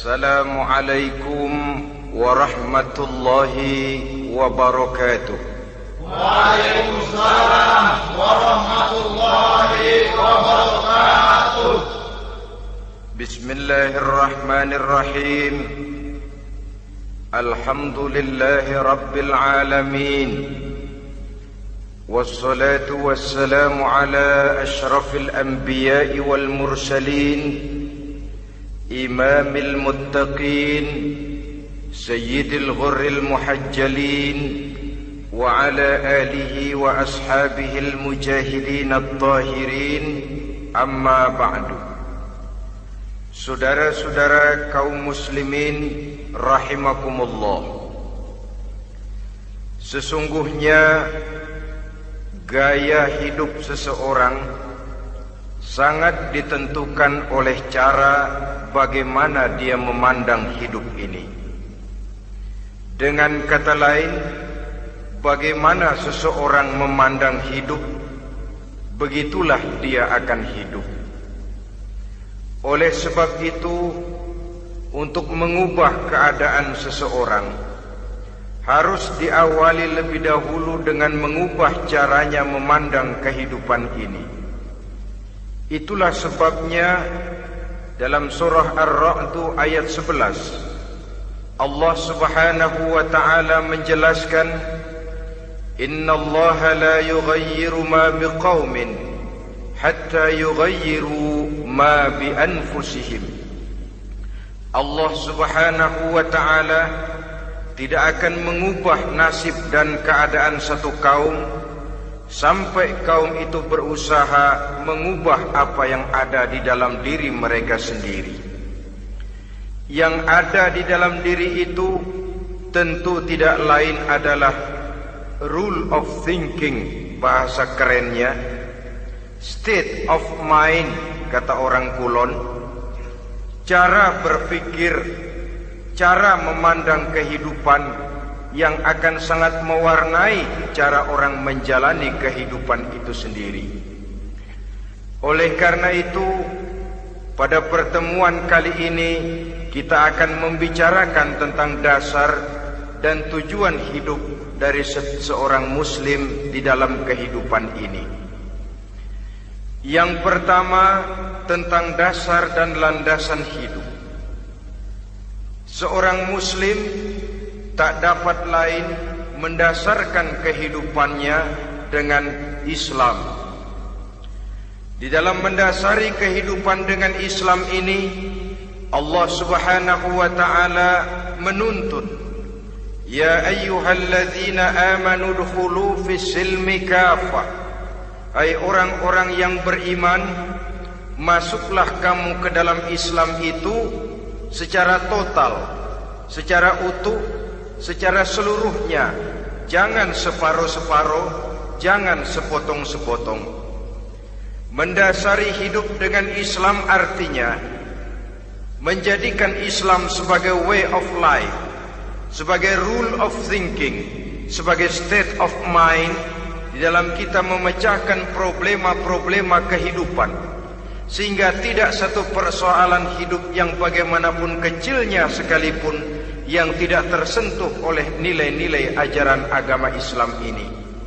Assalamualaikum warahmatullahi wabarakatuh. Waalaikumsalam warahmatullahi wabarakatuh. Bismillahirrahmanirrahim. Alhamdulillahi rabbil alamin. Wassalatu wassalamu ala ashrafil anbiya'i wal mursalin, imamil muttaqin, sayyidil ghurril muhajjalin, wa ala alihi wa ashabihil mujahidin at-tahirin, amma ba'du. Saudara-saudara kaum muslimin rahimakumullah, sesungguhnya gaya hidup seseorang sangat ditentukan oleh cara bagaimana dia memandang hidup ini. Dengan kata lain, bagaimana seseorang memandang hidup, begitulah dia akan hidup. Oleh sebab itu, untuk mengubah keadaan seseorang harus diawali lebih dahulu dengan mengubah caranya memandang kehidupan ini. Itulah sebabnya dalam surah Ar-Ra'd ayat 11 Allah Subhanahu wa ta'ala menjelaskan, Innallaha la yughayyiru ma biqaumin hatta yughayyiru ma bi anfusihim. Allah Subhanahu wa ta'ala tidak akan mengubah nasib dan keadaan satu kaum sampai kaum itu berusaha mengubah apa yang ada di dalam diri mereka sendiri. Yang ada di dalam diri itu tentu tidak lain adalah rule of thinking, bahasa kerennya state of mind, kata orang Kulon, cara berpikir, cara memandang kehidupan yang akan sangat mewarnai cara orang menjalani kehidupan itu sendiri. Oleh karena itu, pada pertemuan kali ini kita akan membicarakan tentang dasar dan tujuan hidup dari seorang muslim di dalam kehidupan ini. Yang pertama, tentang dasar dan landasan hidup. Seorang muslim tak dapat lain mendasarkan kehidupannya dengan Islam. Di dalam mendasari kehidupan dengan Islam ini, Allah Subhanahu wa ta'ala menuntut, Ya ayyuhalladzina amanu dkhulu fis silmi kafah. Hai orang-orang yang beriman, masuklah kamu ke dalam Islam itu secara total, secara utuh, secara seluruhnya. Jangan separuh-separuh, jangan sepotong-sepotong. Mendasari hidup dengan Islam artinya menjadikan Islam sebagai way of life, sebagai rule of thinking, sebagai state of mind di dalam kita memecahkan problema-problema kehidupan, sehingga tidak satu persoalan hidup yang bagaimanapun kecilnya sekalipun yang tidak tersentuh oleh nilai-nilai ajaran agama Islam ini.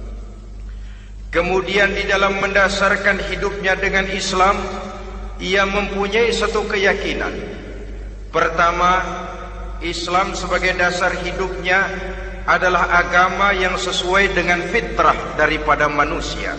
Kemudian di dalam mendasarkan hidupnya dengan Islam, ia mempunyai satu keyakinan. Pertama, Islam sebagai dasar hidupnya adalah agama yang sesuai dengan fitrah daripada manusia.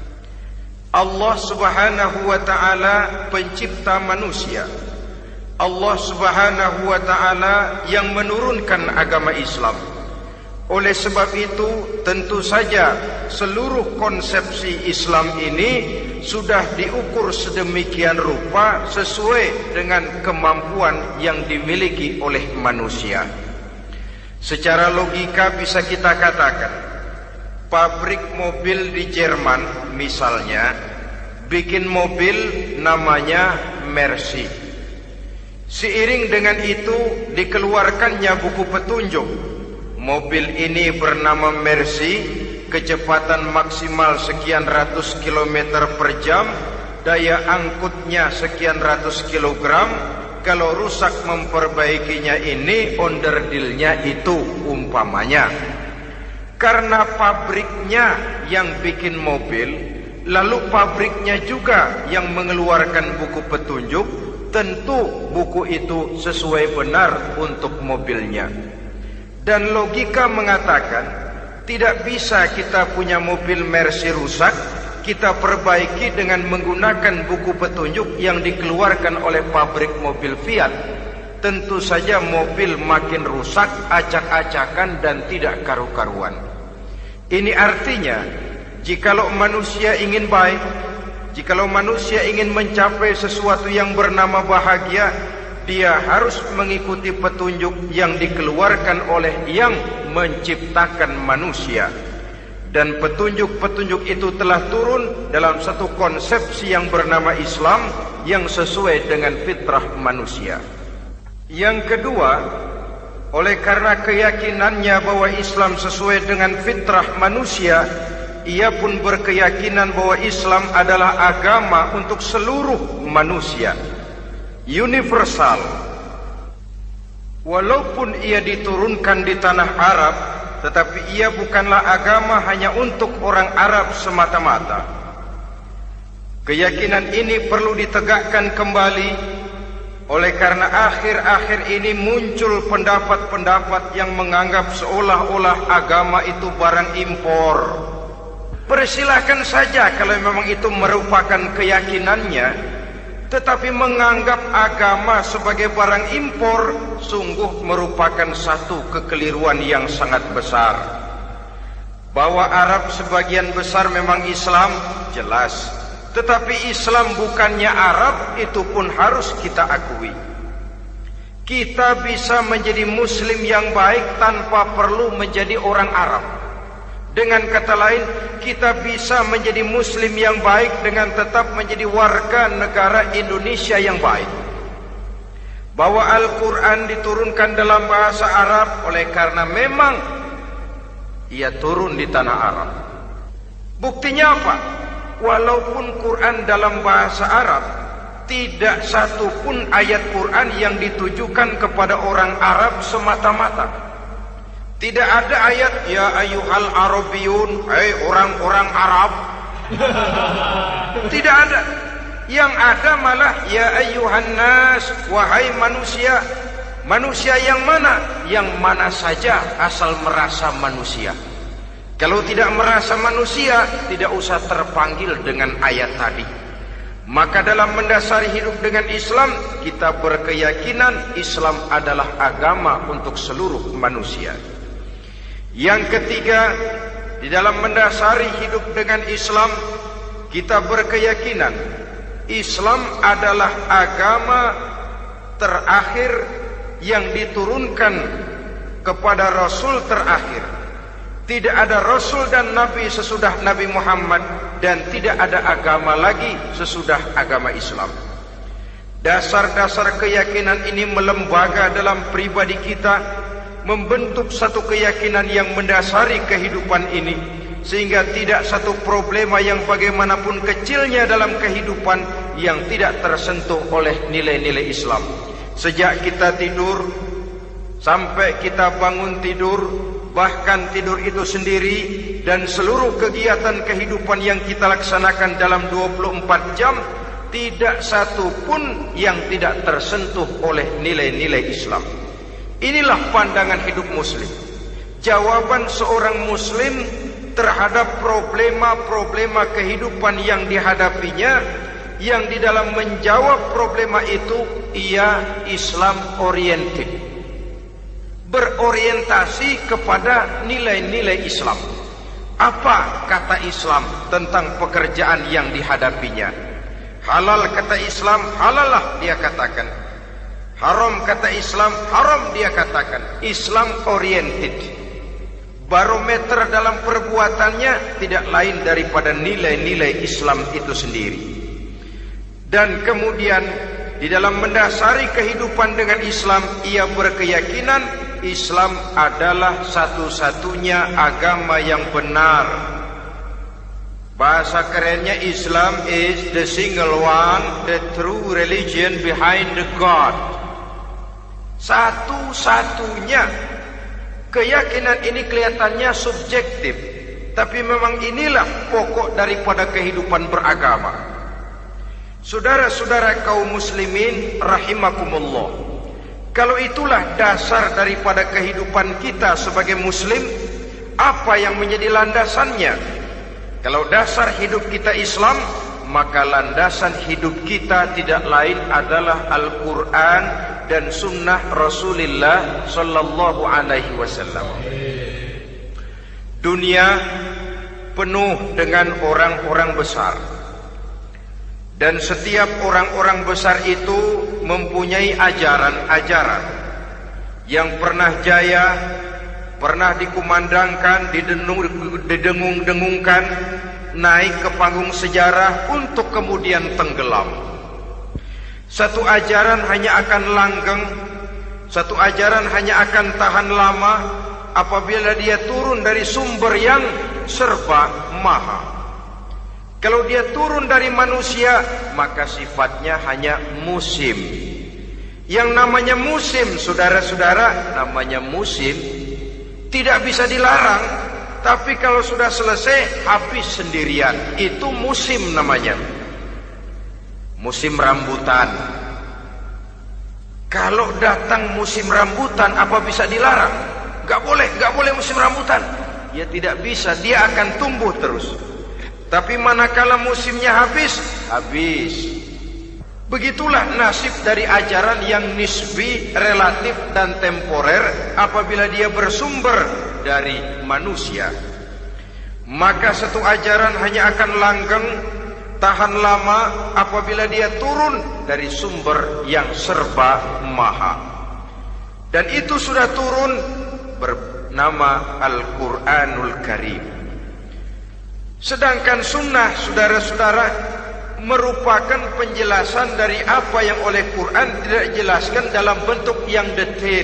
Allah Subhanahu wa ta'ala pencipta manusia. Allah Subhanahu wa ta'ala yang menurunkan agama Islam. Oleh sebab itu, tentu saja seluruh konsepsi Islam ini sudah diukur sedemikian rupa sesuai dengan kemampuan yang dimiliki oleh manusia. Secara logika bisa kita katakan, pabrik mobil di Jerman misalnya bikin mobil namanya Mercy. Seiring dengan itu dikeluarkannya buku petunjuk. Mobil ini bernama Mercy, kecepatan maksimal sekian ratus kilometer per jam, daya angkutnya sekian ratus kilogram, kalau rusak memperbaikinya ini onderdilnya itu umpamanya. Karena pabriknya yang bikin mobil, lalu pabriknya juga yang mengeluarkan buku petunjuk, tentu buku itu sesuai benar untuk mobilnya. Dan logika mengatakan tidak bisa kita punya mobil Mercy rusak, kita perbaiki dengan menggunakan buku petunjuk yang dikeluarkan oleh pabrik mobil Fiat. Tentu saja mobil makin rusak, acak-acakan dan tidak karu-karuan. Ini artinya, jikalau manusia ingin baik, jikalau manusia ingin mencapai sesuatu yang bernama bahagia, dia harus mengikuti petunjuk yang dikeluarkan oleh yang menciptakan manusia. Dan petunjuk-petunjuk itu telah turun dalam satu konsepsi yang bernama Islam yang sesuai dengan fitrah manusia. Yang kedua, oleh karena keyakinannya bahwa Islam sesuai dengan fitrah manusia, ia pun berkeyakinan bahwa Islam adalah agama untuk seluruh manusia, universal. Walaupun ia diturunkan di tanah Arab, tetapi ia bukanlah agama hanya untuk orang Arab semata-mata. Keyakinan ini perlu ditegakkan kembali, oleh karena akhir-akhir ini muncul pendapat-pendapat yang menganggap seolah-olah agama itu barang impor. Persilahkan saja kalau memang itu merupakan keyakinannya, tetapi menganggap agama sebagai barang impor sungguh merupakan satu kekeliruan yang sangat besar. Bahwa Arab sebagian besar memang Islam, jelas. Tetapi Islam bukannya Arab, itu pun harus kita akui. Kita bisa menjadi Muslim yang baik tanpa perlu menjadi orang Arab. Dengan kata lain, kita bisa menjadi Muslim yang baik dengan tetap menjadi warga negara Indonesia yang baik. Bahwa Al-Quran diturunkan dalam bahasa Arab oleh karena memang ia turun di tanah Arab. Buktinya apa? Walaupun Quran dalam bahasa Arab, tidak satu pun ayat Quran yang ditujukan kepada orang Arab semata-mata. Tidak ada ayat ya ayyuhal arabiyun, hai orang-orang Arab. Tidak ada. Yang ada malah ya ayyuhan nas, wahai manusia. Manusia yang mana? Yang mana saja asal merasa manusia. Kalau tidak merasa manusia, tidak usah terpanggil dengan ayat tadi. Maka dalam mendasari hidup dengan Islam, kita berkeyakinan Islam adalah agama untuk seluruh manusia. Yang ketiga, di dalam mendasari hidup dengan Islam, kita berkeyakinan Islam adalah agama terakhir yang diturunkan kepada Rasul terakhir. Tidak ada Rasul dan Nabi sesudah Nabi Muhammad, dan tidak ada agama lagi sesudah agama Islam. Dasar-dasar keyakinan ini melembaga dalam pribadi kita, membentuk satu keyakinan yang mendasari kehidupan ini, sehingga tidak satu problema yang bagaimanapun kecilnya dalam kehidupan yang tidak tersentuh oleh nilai-nilai Islam. Sejak kita tidur sampai kita bangun tidur, bahkan tidur itu sendiri, dan seluruh kegiatan kehidupan yang kita laksanakan dalam 24 jam, tidak satu pun yang tidak tersentuh oleh nilai-nilai Islam. Inilah pandangan hidup Muslim. Jawaban seorang Muslim terhadap problema-problema kehidupan yang dihadapinya, yang di dalam menjawab problema itu ia Islam oriented, berorientasi kepada nilai-nilai Islam. Apa kata Islam tentang pekerjaan yang dihadapinya? Halal kata Islam, halallah dia katakan. Haram kata Islam, haram dia katakan. Islam oriented. Barometer dalam perbuatannya tidak lain daripada nilai-nilai Islam itu sendiri. Dan kemudian di dalam mendasari kehidupan dengan Islam, ia berkeyakinan Islam adalah satu-satunya agama yang benar. Bahasa kerennya, Islam is the single one, the true religion behind the God. Satu-satunya. Keyakinan ini kelihatannya subjektif, tapi memang inilah pokok daripada kehidupan beragama. Saudara-saudara kaum muslimin rahimakumullah, kalau itulah dasar daripada kehidupan kita sebagai muslim, apa yang menjadi landasannya? Kalau dasar hidup kita Islam, maka landasan hidup kita tidak lain adalah Al-Quran dan Sunnah Rasulullah Sallallahu Alaihi Wasallam. Dunia penuh dengan orang-orang besar, dan setiap orang-orang besar itu mempunyai ajaran-ajaran yang pernah jaya, pernah dikumandangkan, didengung-dengungkan, naik ke panggung sejarah untuk kemudian tenggelam. Satu ajaran hanya akan langgeng, satu ajaran hanya akan tahan lama apabila dia turun dari sumber yang serba maha. Kalau dia turun dari manusia, maka sifatnya hanya musim. Yang namanya musim, saudara-saudara, namanya musim tidak bisa dilarang, tapi kalau sudah selesai habis sendirian. Itu musim namanya. Musim rambutan. Kalau datang musim rambutan, apa bisa dilarang? Gak boleh musim rambutan. Ya tidak bisa, dia akan tumbuh terus. Tapi manakala musimnya habis. Begitulah nasib dari ajaran yang nisbi, relatif dan temporer apabila dia bersumber dari manusia. Maka satu ajaran hanya akan langgeng, tahan lama apabila dia turun dari sumber yang serba maha. Dan itu sudah turun bernama Al-Quranul Karim. Sedangkan sunnah, saudara-saudara, merupakan penjelasan dari apa yang oleh Quran tidak dijelaskan dalam bentuk yang detail,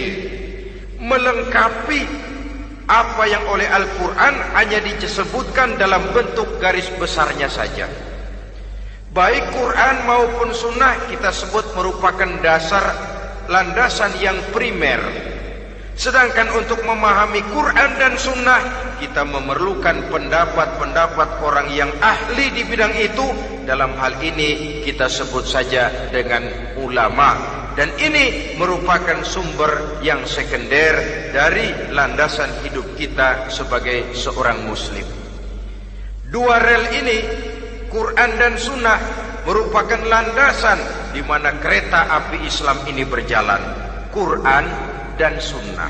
melengkapi apa yang oleh Al-Quran hanya disebutkan dalam bentuk garis besarnya saja. Baik Quran maupun sunnah kita sebut merupakan dasar, landasan yang primer. Sedangkan untuk memahami Quran dan sunnah, kita memerlukan pendapat-pendapat orang yang ahli di bidang itu. Dalam hal ini kita sebut saja dengan ulama. Dan ini merupakan sumber yang sekunder dari landasan hidup kita sebagai seorang muslim. Dua rel ini, Quran dan sunnah, merupakan landasan di mana kereta api Islam ini berjalan. Quran dan sunnah.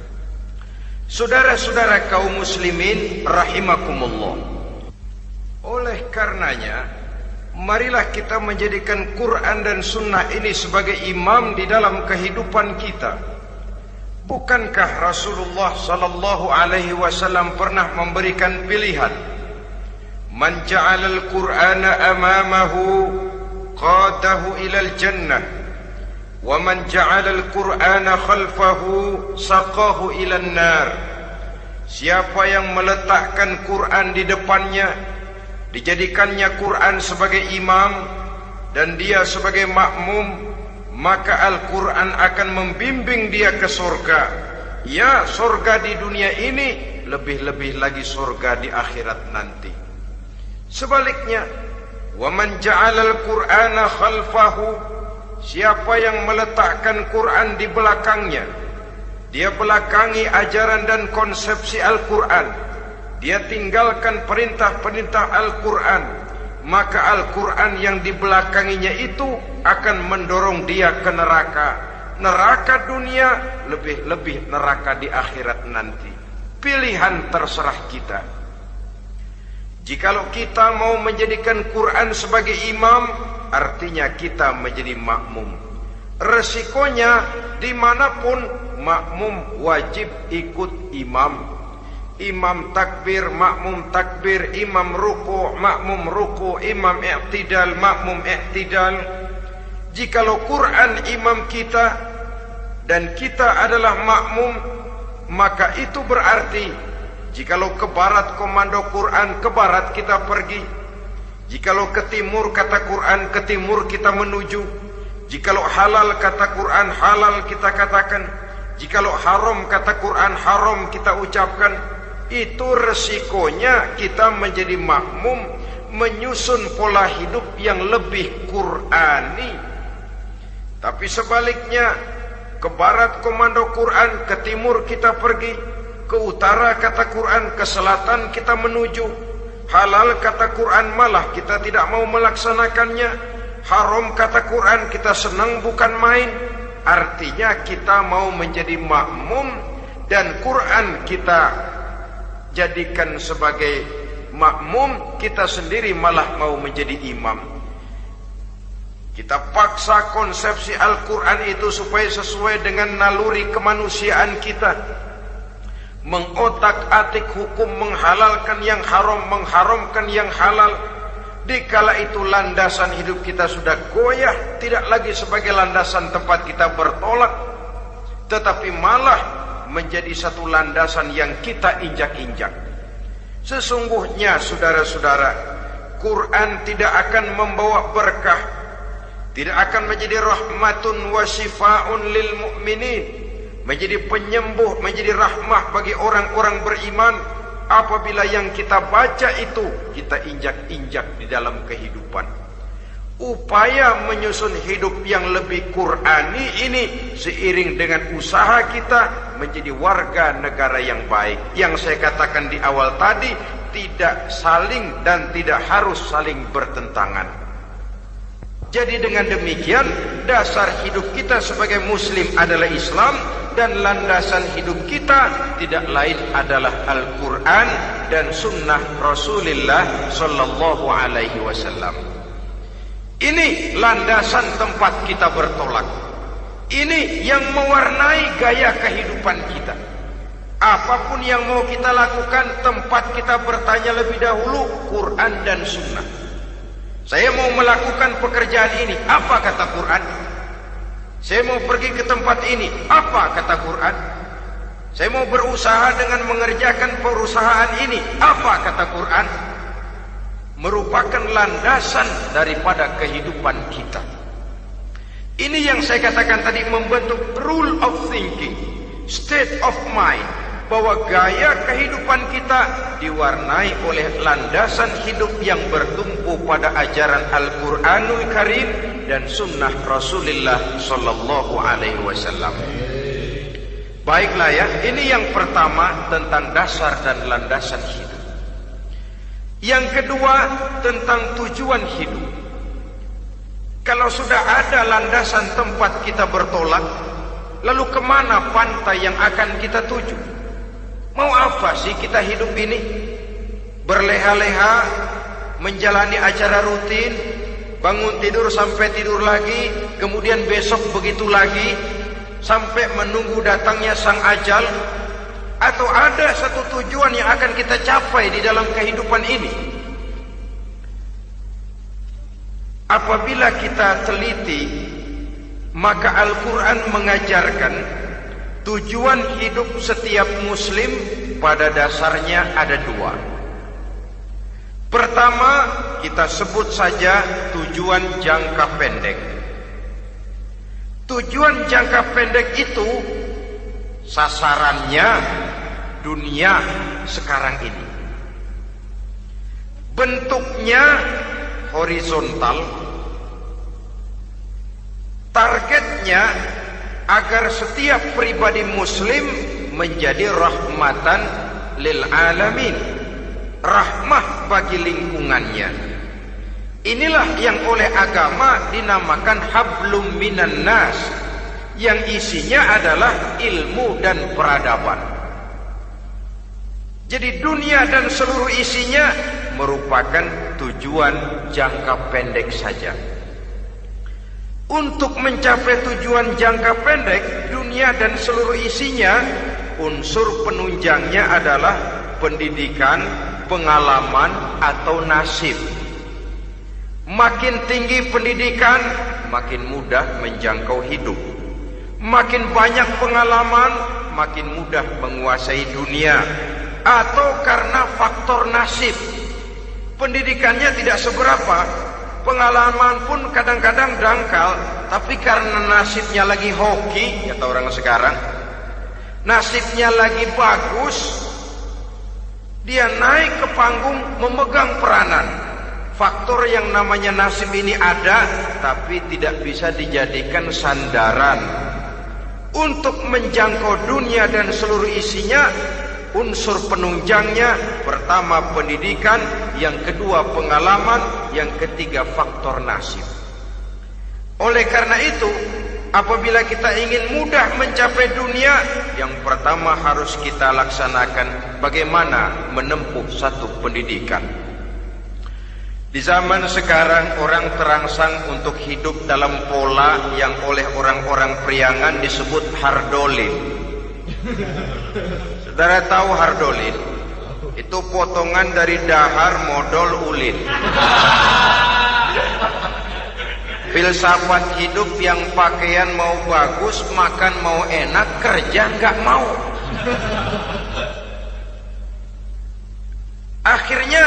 Saudara-saudara kaum muslimin rahimakumullah, oleh karenanya marilah kita menjadikan Quran dan sunnah ini sebagai imam di dalam kehidupan kita. Bukankah Rasulullah sallallahu alaihi wasallam pernah memberikan pilihan, man ja'alal Qur'ana amamahu qadahu ilal jannah wa man ja'alal Qur'ana khalfahu saqahu ilan nar. Siapa yang meletakkan Quran di depannya, dijadikannya Quran sebagai imam dan dia sebagai makmum, maka Al-Quran akan membimbing dia ke surga. Ya, surga di dunia ini, lebih-lebih lagi surga di akhirat nanti. Sebaliknya, wa man ja'alal Qur'ana khalfahu, siapa yang meletakkan Quran di belakangnya, dia belakangi ajaran dan konsepsi Al-Quran, dia tinggalkan perintah-perintah Al-Quran, maka Al-Quran yang dibelakanginya itu akan mendorong dia ke neraka. Neraka dunia, lebih-lebih neraka di akhirat nanti. Pilihan terserah kita. Jikalau kita mau menjadikan Quran sebagai imam, artinya kita menjadi makmum. Resikonya dimanapun, makmum wajib ikut imam. Imam takbir, makmum takbir, imam ruku, makmum ruku, imam i'tidal, makmum i'tidal. Jikalau Quran imam kita dan kita adalah makmum, maka itu berarti Jikalau ke barat komando Quran, ke barat kita pergi. Jikalau ke timur kata Quran, ke timur kita menuju. Jikalau halal kata Quran, halal kita katakan. Jikalau haram kata Quran, haram kita ucapkan. Itu resikonya kita menjadi makmum, menyusun pola hidup yang lebih Qurani. Tapi sebaliknya, ke barat komando Quran, ke timur kita pergi. Ke utara kata Quran, ke selatan kita menuju. Halal kata Quran, malah kita tidak mau melaksanakannya. Haram kata Quran, kita senang bukan main. Artinya kita mau menjadi makmum, dan Quran kita jadikan sebagai makmum, kita sendiri malah mau menjadi imam. Kita paksa konsepsi Al-Quran itu supaya sesuai dengan naluri kemanusiaan kita. Mengotak-atik hukum, menghalalkan yang haram, mengharamkan yang halal. Dikala itu landasan hidup kita sudah goyah, tidak lagi sebagai landasan tempat kita bertolak, tetapi malah menjadi satu landasan yang kita injak-injak. Sesungguhnya saudara-saudara, Quran tidak akan membawa berkah, tidak akan menjadi rahmatun wa syifaun lil mu'minin, menjadi penyembuh, menjadi rahmah bagi orang-orang beriman, apabila yang kita baca itu kita injak-injak di dalam kehidupan. Upaya menyusun hidup yang lebih Qurani ini seiring dengan usaha kita menjadi warga negara yang baik. Yang saya katakan di awal tadi, tidak saling dan tidak harus saling bertentangan. Jadi dengan demikian, dasar hidup kita sebagai muslim adalah Islam, dan landasan hidup kita tidak lain adalah Al-Quran dan sunnah Rasulullah Sallallahu Alaihi Wasallam. Ini landasan tempat kita bertolak. Ini yang mewarnai gaya kehidupan kita. Apapun yang mau kita lakukan, tempat kita bertanya lebih dahulu Quran dan sunnah. Saya mau melakukan pekerjaan ini, apa kata Quran? Saya mau pergi ke tempat ini, apa kata Quran? Saya mau berusaha dengan mengerjakan perusahaan ini, apa kata Quran? Merupakan landasan daripada kehidupan kita. Ini yang saya katakan tadi, membentuk rule of thinking, state of mind, bahwa gaya kehidupan kita diwarnai oleh landasan hidup yang bertumpu pada ajaran Al-Quranul Karim dan sunnah Rasulullah Sallallahu Alaihi Wasallam. Baiklah ya, ini yang pertama tentang dasar dan landasan hidup. Yang kedua tentang tujuan hidup. Kalau sudah ada landasan tempat kita bertolak, lalu kemana pantai yang akan kita tuju? Mau apa sih kita hidup ini? Berleha-leha, menjalani acara rutin, bangun tidur sampai tidur lagi, kemudian besok begitu lagi, sampai menunggu datangnya sang ajal? Atau ada satu tujuan yang akan kita capai di dalam kehidupan ini? Apabila kita teliti, maka Al-Quran mengajarkan tujuan hidup setiap muslim pada dasarnya ada dua. Pertama, kita sebut saja tujuan jangka pendek. Tujuan jangka pendek itu sasarannya dunia sekarang ini. Bentuknya horizontal. Targetnya agar setiap pribadi muslim menjadi rahmatan lil alamin, rahmah bagi lingkungannya. Inilah yang oleh agama dinamakan hablum minan nas, yang isinya adalah ilmu dan peradaban. Jadi dunia dan seluruh isinya merupakan tujuan jangka pendek saja. Untuk mencapai tujuan jangka pendek, dunia dan seluruh isinya, unsur penunjangnya adalah pendidikan, pengalaman, atau nasib. Makin tinggi pendidikan, makin mudah menjangkau hidup. Makin banyak pengalaman, makin mudah menguasai dunia. atau karena faktor nasib. Pendidikannya tidak seberapa, pengalaman pun kadang-kadang dangkal, tapi karena nasibnya lagi hoki, kata orang sekarang, nasibnya lagi bagus, dia naik ke panggung memegang peranan. Faktor yang namanya nasib ini ada, tapi tidak bisa dijadikan sandaran. Untuk menjangkau dunia dan seluruh isinya, unsur penunjangnya pertama pendidikan, yang kedua pengalaman, yang ketiga faktor nasib. Oleh karena itu, apabila kita ingin mudah mencapai dunia, yang pertama harus kita laksanakan bagaimana menempuh satu pendidikan. Di zaman sekarang orang terangsang untuk hidup dalam pola yang oleh orang-orang priangan disebut hardolin. Saudara tahu hardolin? Itu potongan dari dahar modal ulin. Filsafat hidup yang pakaian mau bagus, makan mau enak, kerja nggak mau. Akhirnya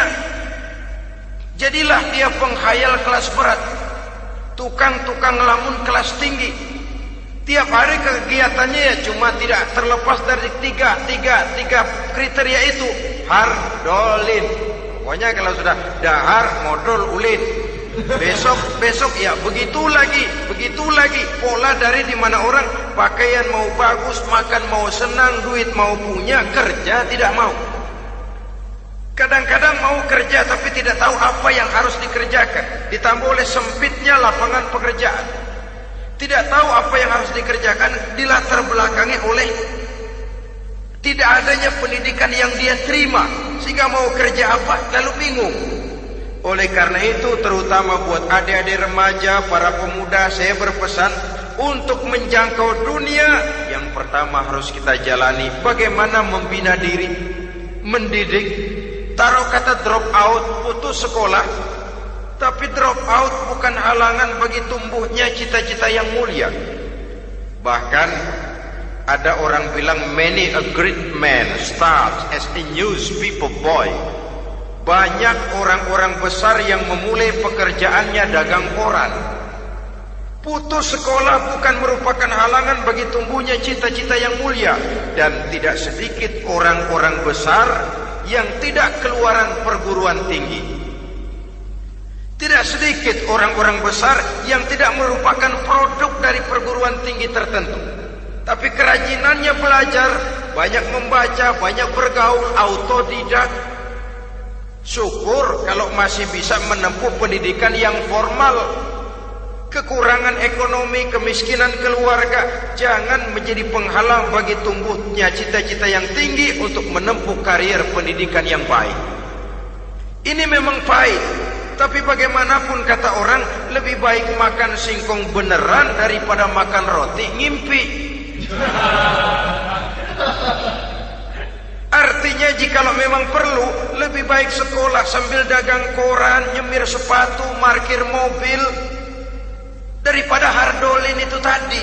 jadilah dia penghayal kelas berat, tukang-tukang lamun kelas tinggi. Tiap hari kegiatannya ya cuma tidak terlepas dari tiga kriteria itu, hardolin. Pokoknya kalau sudah dahar modal ulin, besok ya begitu lagi, pola dari dimana orang pakaian mau bagus, makan mau senang, duit mau punya, kerja tidak mau. Kadang-kadang mau kerja tapi tidak tahu apa yang harus dikerjakan, ditambah oleh sempitnya lapangan pekerjaan. Tidak tahu apa yang harus dikerjakan, dilatar belakangi oleh tidak adanya pendidikan yang dia terima, sehingga mau kerja apa lalu bingung. Oleh karena itu, terutama buat adik-adik remaja, para pemuda, saya berpesan untuk menjangkau dunia, yang pertama harus kita jalani bagaimana membina diri, mendidik. Taruh kata drop out, putus sekolah, tapi drop out bukan halangan bagi tumbuhnya cita-cita yang mulia. Bahkan ada orang bilang many a great man starts as a newspaper boy. Banyak orang-orang besar yang memulai pekerjaannya dagang koran. Putus sekolah bukan merupakan halangan bagi tumbuhnya cita-cita yang mulia. Dan tidak sedikit orang-orang besar yang tidak keluaran perguruan tinggi. Tidak sedikit orang-orang besar yang tidak merupakan produk dari perguruan tinggi tertentu, tapi kerajinannya belajar, banyak membaca, banyak bergaul, autodidak. Syukur kalau masih bisa menempuh pendidikan yang formal. Kekurangan ekonomi, kemiskinan keluarga jangan menjadi penghalang bagi tumbuhnya cita-cita yang tinggi untuk menempuh karier pendidikan yang baik. Ini memang pahit, tapi bagaimanapun kata orang, lebih baik makan singkong beneran daripada makan roti ngimpi. Artinya jikalau memang perlu, lebih baik sekolah sambil dagang koran, nyemir sepatu, parkir mobil, daripada hardolin itu tadi.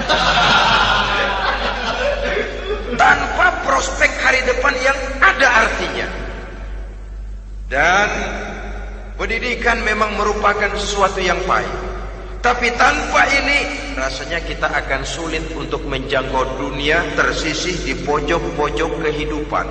Tanpa prospek hari depan yang ada artinya. Dan pendidikan memang merupakan sesuatu yang pahit, tapi tanpa ini rasanya kita akan sulit untuk menjangkau dunia, tersisih di pojok-pojok kehidupan.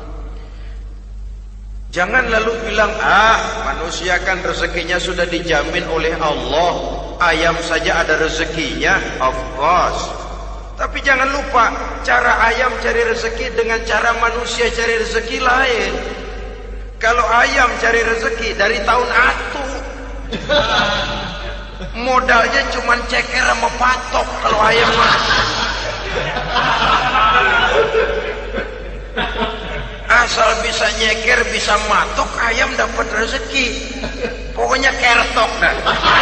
Jangan lalu bilang, manusia kan rezekinya sudah dijamin oleh Allah, ayam saja ada rezekinya. Of course. Tapi jangan lupa, cara ayam cari rezeki dengan cara manusia cari rezeki lain. Kalau ayam cari rezeki dari tahun atu, modalnya cuma ceker sama patok. Kalau ayam mah asal bisa nyeker, bisa matok, ayam dapat rezeki. Pokoknya kertok dah.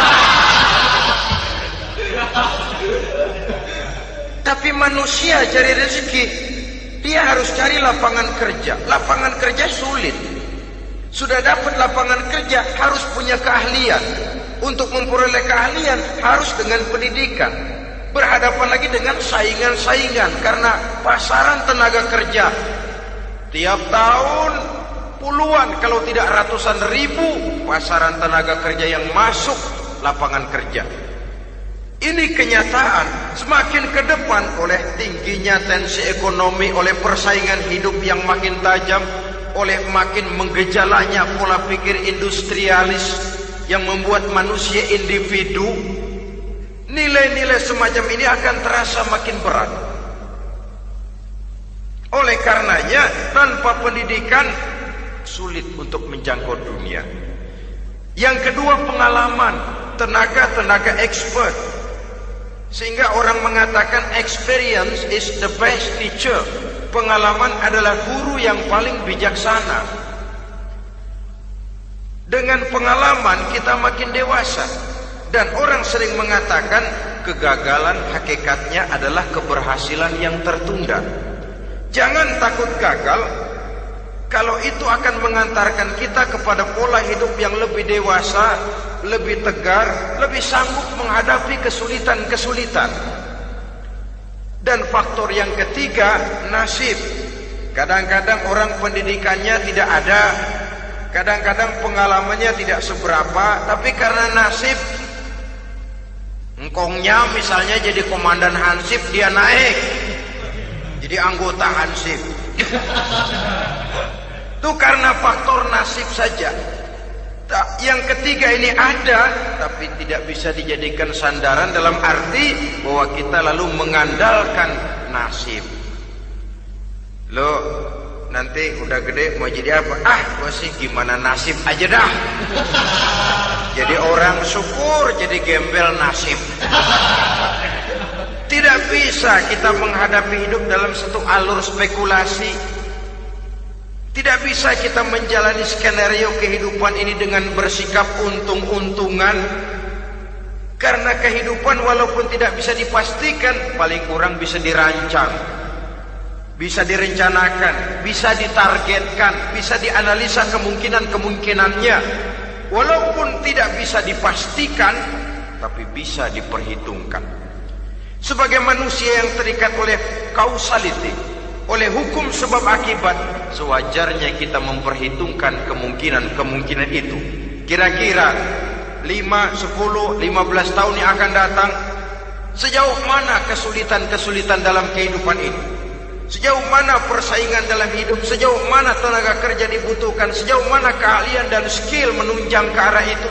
Tapi manusia cari rezeki, dia harus cari lapangan kerja. Lapangan kerja sulit. Sudah dapat lapangan kerja, harus punya keahlian. Untuk memperoleh keahlian harus dengan pendidikan. Berhadapan lagi dengan saingan-saingan, karena pasaran tenaga kerja Tiap tahun puluhan kalau tidak ratusan ribu pasaran tenaga kerja yang masuk lapangan kerja. Ini kenyataan. Semakin ke depan oleh tingginya tensi ekonomi, oleh persaingan hidup yang makin tajam, oleh makin menggejalanya pola pikir industrialis yang membuat manusia individu, nilai-nilai semacam ini akan terasa makin berat. Oleh karenanya, tanpa pendidikan sulit untuk menjangkau dunia. Yang kedua, pengalaman, tenaga expert. Sehingga orang mengatakan experience is the best teacher. Pengalaman adalah guru yang paling bijaksana. Dengan pengalaman kita makin dewasa. Dan orang sering mengatakan kegagalan hakikatnya adalah keberhasilan yang tertunda. Jangan takut gagal, kalau itu akan mengantarkan kita kepada pola hidup yang lebih dewasa, lebih tegar, lebih sanggup menghadapi kesulitan-kesulitan. Dan faktor yang ketiga, nasib. Kadang-kadang orang pendidikannya tidak ada, kadang-kadang pengalamannya tidak seberapa, tapi karena nasib, engkongnya misalnya jadi komandan Hansip, dia naik jadi anggota Hansip. Itu karena faktor nasib saja. Yang ketiga ini ada, tapi tidak bisa dijadikan sandaran dalam arti bahwa kita lalu mengandalkan nasib. Loh, nanti udah gede mau jadi apa? Gua sih gimana nasib aja dah. Jadi orang syukur, jadi gembel nasib. Tidak bisa kita menghadapi hidup dalam satu alur spekulasi. Tidak bisa kita menjalani skenario kehidupan ini dengan bersikap untung-untungan. Karena kehidupan walaupun tidak bisa dipastikan, paling kurang bisa dirancang, bisa direncanakan, bisa ditargetkan, bisa dianalisa kemungkinan-kemungkinannya. Walaupun tidak bisa dipastikan, tapi bisa diperhitungkan. Sebagai manusia yang terikat oleh causality, oleh hukum sebab akibat, sewajarnya kita memperhitungkan kemungkinan-kemungkinan itu. Kira-kira 5, 10, 15 tahun yang akan datang, sejauh mana kesulitan-kesulitan dalam kehidupan ini, sejauh mana persaingan dalam hidup, sejauh mana tenaga kerja dibutuhkan, sejauh mana keahlian dan skill menunjang ke arah itu.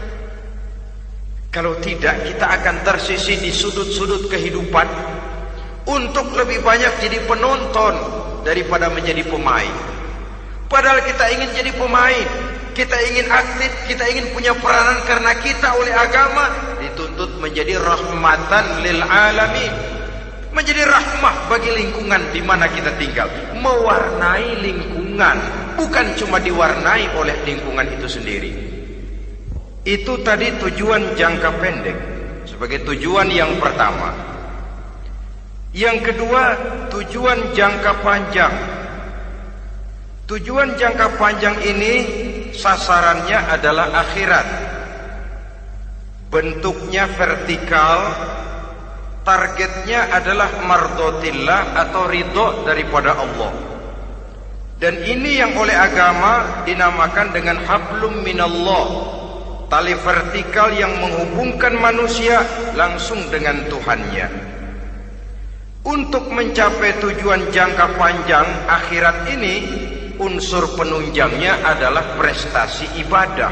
Kalau tidak, kita akan tersisih di sudut-sudut kehidupan untuk lebih banyak jadi penonton daripada menjadi pemain. Padahal kita ingin jadi pemain, kita ingin aktif, kita ingin punya peranan karena kita oleh agama dituntut menjadi rahmatan lil alamin, menjadi rahmah bagi lingkungan di mana kita tinggal, mewarnai lingkungan, bukan cuma diwarnai oleh lingkungan itu sendiri. Itu tadi tujuan jangka pendek sebagai tujuan yang pertama. Yang kedua, tujuan jangka panjang. Tujuan jangka panjang ini sasarannya adalah akhirat. Bentuknya vertikal, targetnya adalah mardotillah atau ridho daripada Allah. Dan ini yang oleh agama dinamakan dengan hablum minallah, tali vertikal yang menghubungkan manusia langsung dengan Tuhannya. Untuk mencapai tujuan jangka panjang akhirat ini, unsur penunjangnya adalah prestasi ibadah.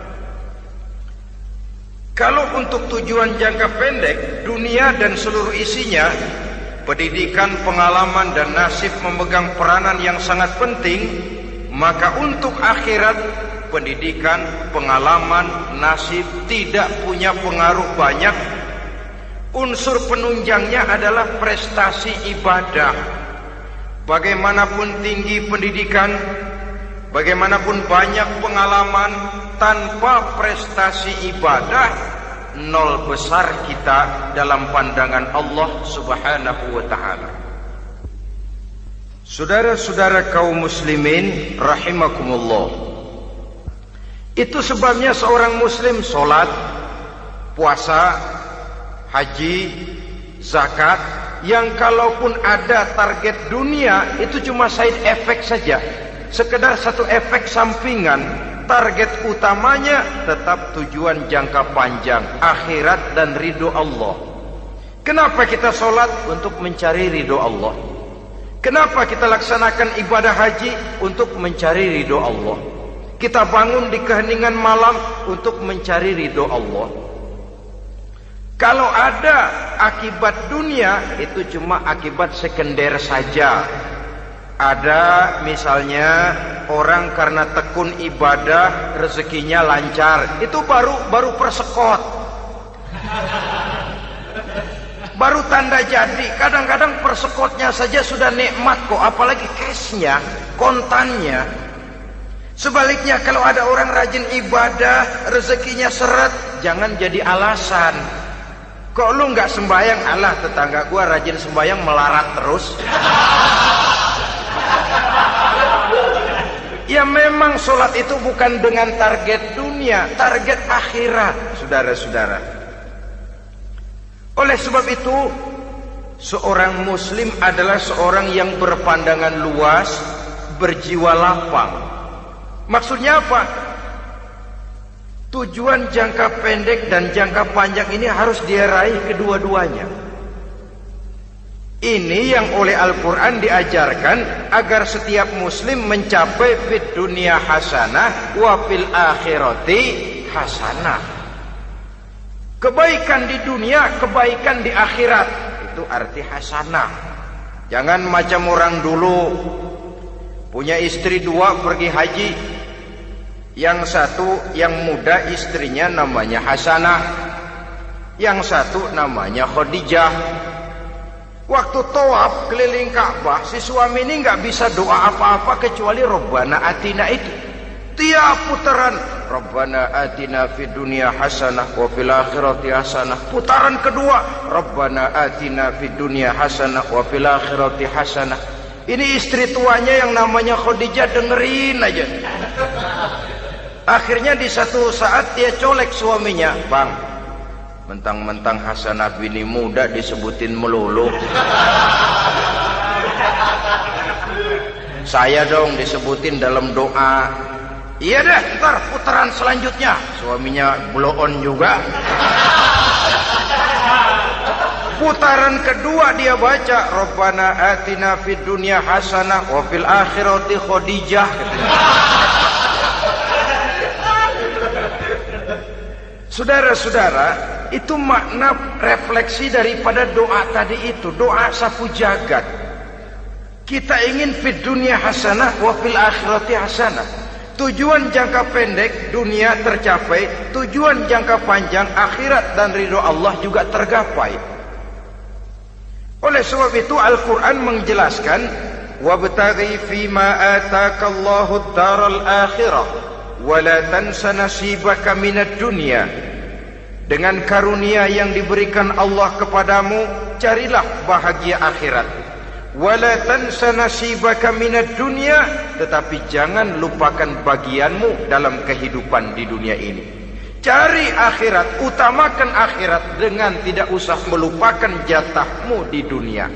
Kalau untuk tujuan jangka pendek, dunia dan seluruh isinya, pendidikan, pengalaman dan nasib memegang peranan yang sangat penting, maka untuk akhirat, pendidikan, pengalaman, nasib tidak punya pengaruh banyak. Unsur penunjangnya adalah prestasi ibadah. Bagaimanapun tinggi pendidikan, bagaimanapun banyak pengalaman, tanpa prestasi ibadah, nol besar kita dalam pandangan Allah Subhanahu wa ta'ala. Saudara-saudara kaum muslimin rahimakumullah, itu sebabnya seorang muslim sholat, puasa, haji, zakat, yang kalaupun ada target dunia itu cuma side effect saja, sekedar satu efek sampingan. Target utamanya tetap tujuan jangka panjang, akhirat dan ridho Allah. Kenapa kita sholat? Untuk mencari ridho Allah. Kenapa kita laksanakan ibadah haji? Untuk mencari ridho Allah. Kita bangun di keheningan malam untuk mencari ridho Allah. Kalau ada akibat dunia, itu cuma akibat sekunder saja. Ada misalnya orang karena tekun ibadah rezekinya lancar, itu baru persekot, baru tanda jadi. Kadang-kadang persekotnya saja sudah nikmat kok, apalagi cashnya, kontannya. Sebaliknya kalau ada orang rajin ibadah rezekinya seret, jangan jadi alasan. Kok lu nggak sembahyang? Alah, tetangga gua rajin sembahyang melarat terus. Ya memang sholat itu bukan dengan target dunia, target akhirat, saudara-saudara. Oleh sebab itu, seorang muslim adalah seorang yang berpandangan luas, berjiwa lapang. Maksudnya apa? Tujuan jangka pendek dan jangka panjang ini harus dia raih kedua-duanya. Ini yang oleh Al-Quran diajarkan agar setiap muslim mencapai fid dunya hasanah wa fil akhirati hasanah. Kebaikan di dunia, kebaikan di akhirat, itu arti hasanah. Jangan macam orang dulu, punya istri dua pergi haji. Yang satu yang muda istrinya namanya Hasanah, yang satu namanya Khadijah. Waktu tawaf keliling Ka'bah, si suami ini nggak bisa doa apa-apa kecuali Rabbana Atina itu. Tiap putaran Rabbana Atina fid dunya hasanah wa fil akhirati hasanah. Putaran kedua Rabbana Atina fid dunya hasanah wa fil akhirati hasanah. Ini istri tuanya yang namanya Khadijah dengerin aja. Akhirnya di satu saat dia colek suaminya, "Bang, mentang-mentang Hasanah bini muda disebutin melulu, saya dong disebutin dalam doa." "Iya deh, ntar putaran selanjutnya." Suaminya blow on juga. Putaran kedua dia baca Rabbana Atina fid dunya hasanah wa fil akhirati Khadijah. Saudara-saudara, itu makna refleksi daripada doa tadi itu, doa sapu jagat. Kita ingin fid dunya hasanah wa fil akhirati hasanah. Tujuan jangka pendek dunia tercapai, tujuan jangka panjang akhirat dan ridho Allah juga tergapai. Oleh sebab itu Al-Quran menjelaskan, wabtaghi fima atakallahu ad-daral akhirah wa la tansa nasibaka minad dunya. Dengan karunia yang diberikan Allah kepadamu, carilah bahagia akhirat. Wa la tansa nasibaka minad dunya, tetapi jangan lupakan bagianmu dalam kehidupan di dunia ini. Cari akhirat, utamakan akhirat dengan tidak usah melupakan jatahmu di dunia.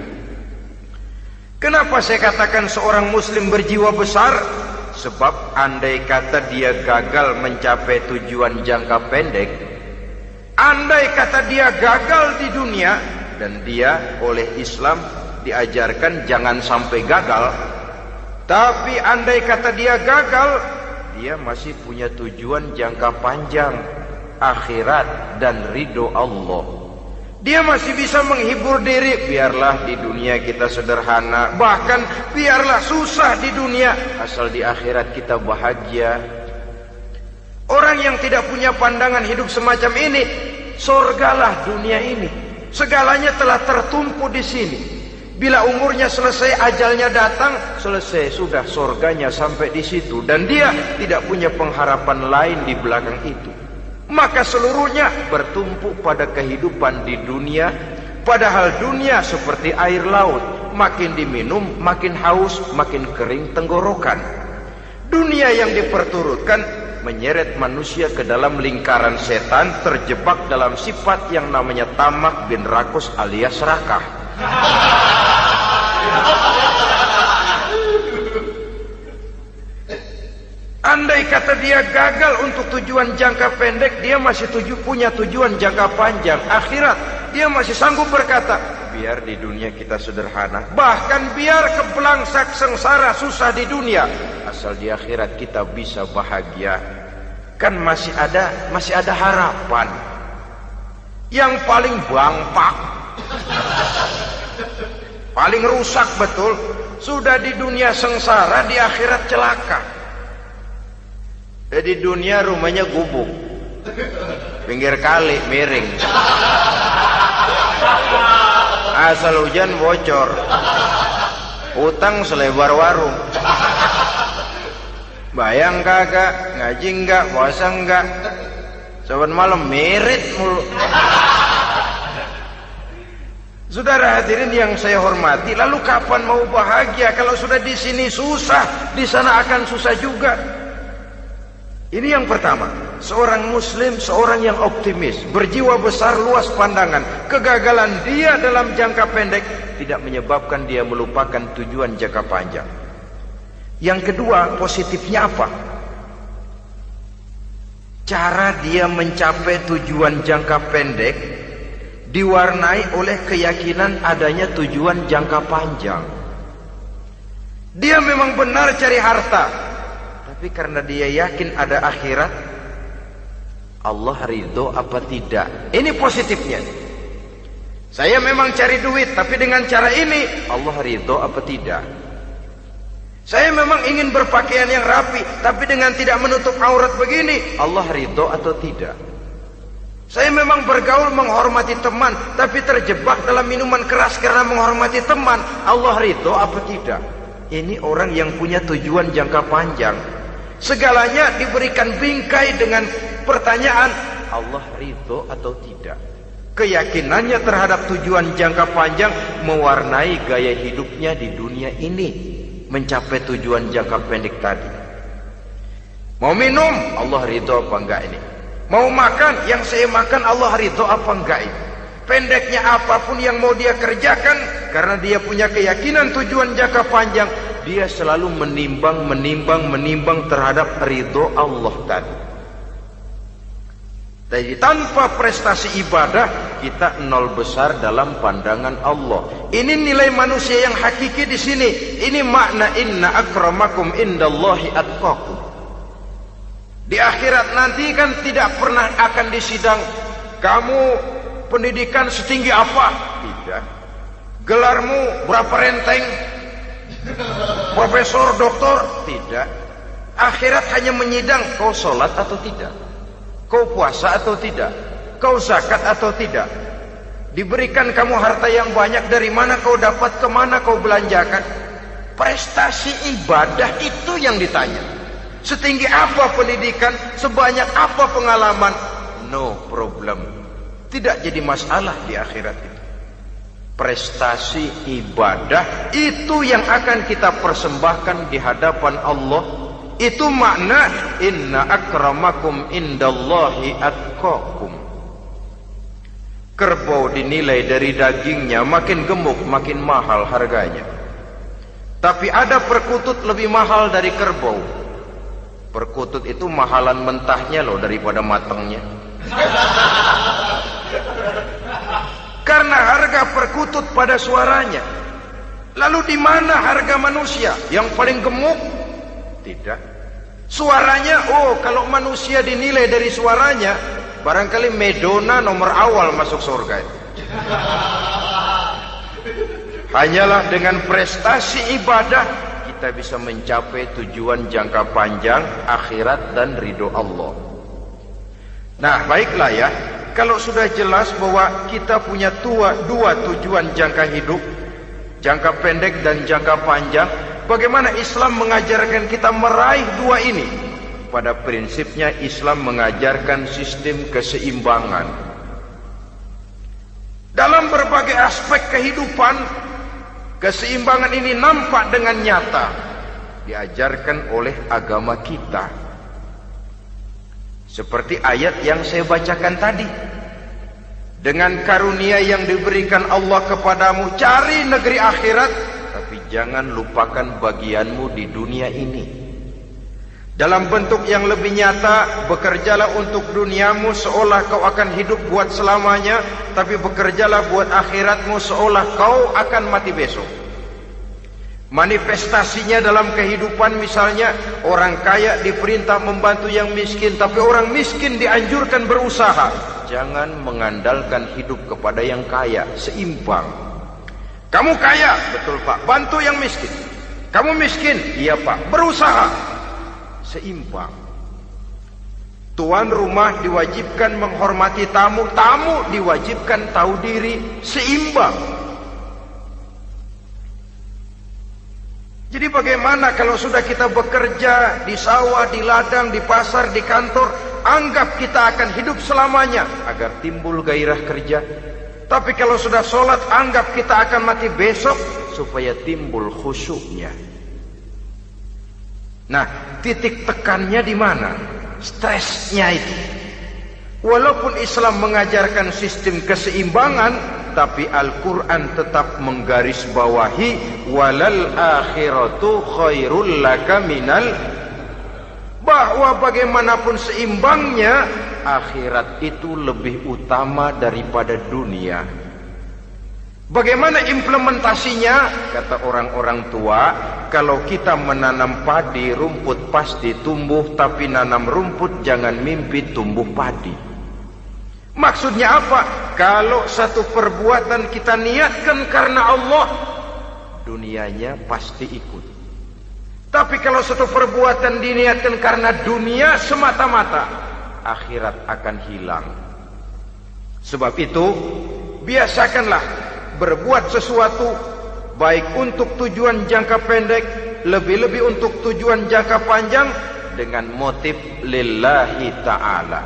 Kenapa saya katakan seorang muslim berjiwa besar? Sebab andai kata dia gagal mencapai tujuan jangka pendek, andai kata dia gagal di dunia, dan dia oleh Islam diajarkan jangan sampai gagal, tapi andai kata dia gagal, dia masih punya tujuan jangka panjang, akhirat dan ridho Allah. Dia masih bisa menghibur diri, biarlah di dunia kita sederhana, bahkan biarlah susah di dunia, asal di akhirat kita bahagia. Orang yang tidak punya pandangan hidup semacam ini, sorgalah dunia ini, segalanya telah tertumpu di sini. Bila umurnya selesai, ajalnya datang, selesai sudah, sorganya sampai di situ, dan dia tidak punya pengharapan lain di belakang itu. Maka seluruhnya bertumpu pada kehidupan di dunia, padahal dunia seperti air laut, makin diminum makin haus, makin kering tenggorokan. Dunia yang diperturutkan menyeret manusia ke dalam lingkaran setan, terjebak dalam sifat yang namanya tamak bin rakus alias serakah. Andai kata dia gagal untuk tujuan jangka pendek, dia masih punya tujuan jangka panjang, akhirat. Dia masih sanggup berkata, biar di dunia kita sederhana, bahkan biar kebelangsak sengsara susah di dunia, asal di akhirat kita bisa bahagia. Kan masih ada harapan. Yang paling bangpak, paling rusak betul, sudah di dunia sengsara, di akhirat celaka. Di dunia rumahnya gubuk, pinggir kali miring, asal hujan bocor, utang selebar warung. Bayang kagak, ngaji enggak, puasa enggak, saban malam merit mulu. Saudara hadirin yang saya hormati, lalu kapan mau bahagia kalau sudah di sini susah, di sana akan susah juga. Ini yang pertama, seorang muslim, seorang yang optimis, berjiwa besar, luas pandangan. Kegagalan dia dalam jangka pendek tidak menyebabkan dia melupakan tujuan jangka panjang. Yang kedua, positifnya apa? Cara dia mencapai tujuan jangka pendek diwarnai oleh keyakinan adanya tujuan jangka panjang. Dia memang benar cari harta, tapi karena dia yakin ada akhirat, Allah ridho apa tidak? Ini positifnya. Saya memang cari duit, tapi dengan cara ini Allah ridho apa tidak? Saya memang ingin berpakaian yang rapi, tapi dengan tidak menutup aurat begini, Allah ridho atau tidak? Saya memang bergaul menghormati teman, tapi terjebak dalam minuman keras karena menghormati teman, Allah ridho apa tidak? Ini orang yang punya tujuan jangka panjang. Segalanya diberikan bingkai dengan pertanyaan, Allah ridho atau tidak? Keyakinannya terhadap tujuan jangka panjang mewarnai gaya hidupnya di dunia ini, mencapai tujuan jangka pendek tadi. Mau minum, Allah ridho apa enggak ini? Mau makan, yang saya makan Allah ridho apa enggak ini? Pendeknya apapun yang mau dia kerjakan, karena dia punya keyakinan tujuan jangka panjang, dia selalu menimbang terhadap ridho Allah tadi. Jadi tanpa prestasi ibadah, kita nol besar dalam pandangan Allah. Ini nilai manusia yang hakiki di sini. Ini makna inna akramakum indallahi atqakum. Di akhirat nanti kan tidak pernah akan disidang, kamu pendidikan setinggi apa? Tidak. Gelarmu berapa renteng? Profesor, doktor? Tidak. Akhirat hanya menyidang kau sholat atau tidak, kau puasa atau tidak, kau zakat atau tidak. Diberikan kamu harta yang banyak, dari mana kau dapat, kemana kau belanjakan. Prestasi ibadah itu yang ditanya. Setinggi apa pendidikan, sebanyak apa pengalaman, no problem, tidak jadi masalah di akhirat itu. Prestasi ibadah itu yang akan kita persembahkan di hadapan Allah. Itu makna inna akramakum indallahi atqakum. Kerbau dinilai dari dagingnya, makin gemuk makin mahal harganya. Tapi ada perkutut lebih mahal dari kerbau. Perkutut itu mahalan mentahnya loh daripada matangnya. Karena harga perkutut pada suaranya. Lalu di mana harga manusia yang paling gemuk? Tidak. Suaranya, oh kalau manusia dinilai dari suaranya, barangkali Madonna nomor awal masuk surga. Hanyalah dengan prestasi ibadah kita bisa mencapai tujuan jangka panjang, akhirat dan ridho Allah. Nah baiklah ya, kalau sudah jelas bahwa kita punya dua tujuan jangka hidup, jangka pendek dan jangka panjang, bagaimana Islam mengajarkan kita meraih dua ini? Pada prinsipnya Islam mengajarkan sistem keseimbangan. Dalam berbagai aspek kehidupan, keseimbangan ini nampak dengan nyata diajarkan oleh agama kita. Seperti ayat yang saya bacakan tadi. Dengan karunia yang diberikan Allah kepadamu, cari negeri akhirat, tapi jangan lupakan bagianmu di dunia ini. Dalam bentuk yang lebih nyata, bekerjalah untuk duniamu seolah kau akan hidup buat selamanya, tapi bekerjalah buat akhiratmu seolah kau akan mati besok. Manifestasinya dalam kehidupan, misalnya orang kaya diperintah membantu yang miskin, tapi orang miskin dianjurkan berusaha. Jangan mengandalkan hidup kepada yang kaya, seimbang. Kamu kaya, betul Pak, bantu yang miskin. Kamu miskin, iya Pak, berusaha, seimbang. Tuan rumah diwajibkan menghormati tamu, tamu diwajibkan tahu diri, seimbang. Jadi bagaimana kalau sudah kita bekerja di sawah, di ladang, di pasar, di kantor, anggap kita akan hidup selamanya agar timbul gairah kerja. Tapi kalau sudah sholat, anggap kita akan mati besok supaya timbul khusyuknya. Nah, titik tekannya di mana? Stresnya itu. Walaupun Islam mengajarkan sistem keseimbangan, tapi Al-Quran tetap menggarisbawahi walal akhiratu khairul laka minal, bahwa bagaimanapun seimbangnya, akhirat itu lebih utama daripada dunia. Bagaimana implementasinya? Kata orang-orang tua, kalau kita menanam padi, rumput pasti tumbuh, tapi nanam rumput jangan mimpi tumbuh padi. Maksudnya apa? Kalau satu perbuatan kita niatkan karena Allah, dunianya pasti ikut. Tapi kalau satu perbuatan diniatkan karena dunia semata-mata, akhirat akan hilang. Sebab itu, biasakanlah berbuat sesuatu baik untuk tujuan jangka pendek, lebih-lebih untuk tujuan jangka panjang, dengan motif lillahi ta'ala.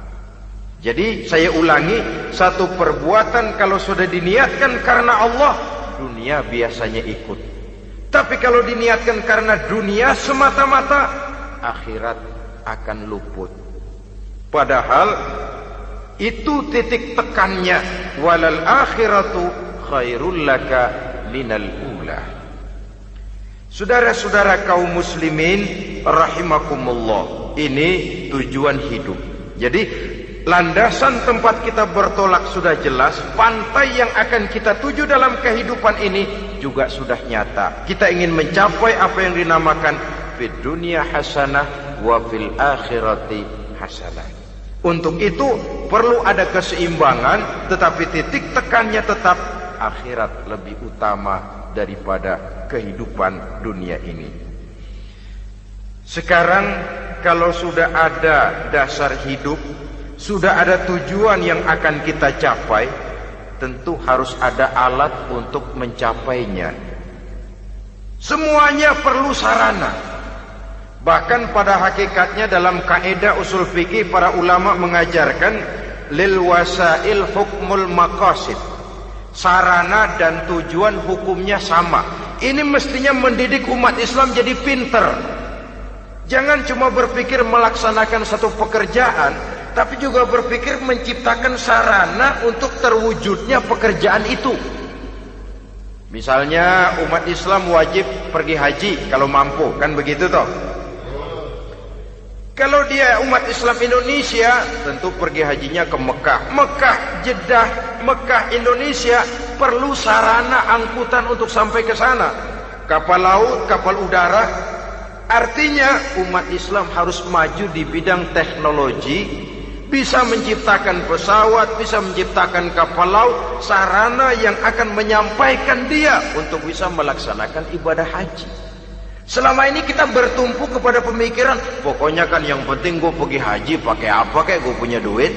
Jadi saya ulangi, satu perbuatan kalau sudah diniatkan karena Allah, dunia biasanya ikut. Tapi kalau diniatkan karena dunia semata-mata, akhirat akan luput. Padahal itu titik tekannya, walal akhiratu khairul laka minal ula. Saudara-saudara kaum muslimin rahimakumullah, ini tujuan hidup. Jadi landasan tempat kita bertolak sudah jelas, pantai yang akan kita tuju dalam kehidupan ini juga sudah nyata. Kita ingin mencapai apa yang dinamakan fid dunya hasanah wa fil akhirati hasanah. Untuk itu perlu ada keseimbangan, tetapi titik tekannya tetap akhirat lebih utama daripada kehidupan dunia ini. Sekarang kalau sudah ada dasar hidup, sudah ada tujuan yang akan kita capai, tentu harus ada alat untuk mencapainya. Semuanya perlu sarana. Bahkan pada hakikatnya dalam kaidah usul fikih para ulama mengajarkan lil wasail hukmul maqasid. Sarana dan tujuan hukumnya sama. Ini mestinya mendidik umat Islam jadi pinter. Jangan cuma berpikir melaksanakan satu pekerjaan, tapi juga berpikir menciptakan sarana untuk terwujudnya pekerjaan itu. Misalnya umat Islam wajib pergi haji kalau mampu, kan begitu toh? Kalau dia umat Islam Indonesia, tentu pergi hajinya ke Mekah. Mekah, Jeddah, Mekah, Indonesia, perlu sarana angkutan untuk sampai ke sana. Kapal laut, kapal udara. Artinya umat Islam harus maju di bidang teknologi, bisa menciptakan pesawat, bisa menciptakan kapal laut, sarana yang akan menyampaikan dia untuk bisa melaksanakan ibadah haji. Selama ini kita bertumpu kepada pemikiran, pokoknya kan yang penting gue pergi haji pakai apa, kayak gue punya duit.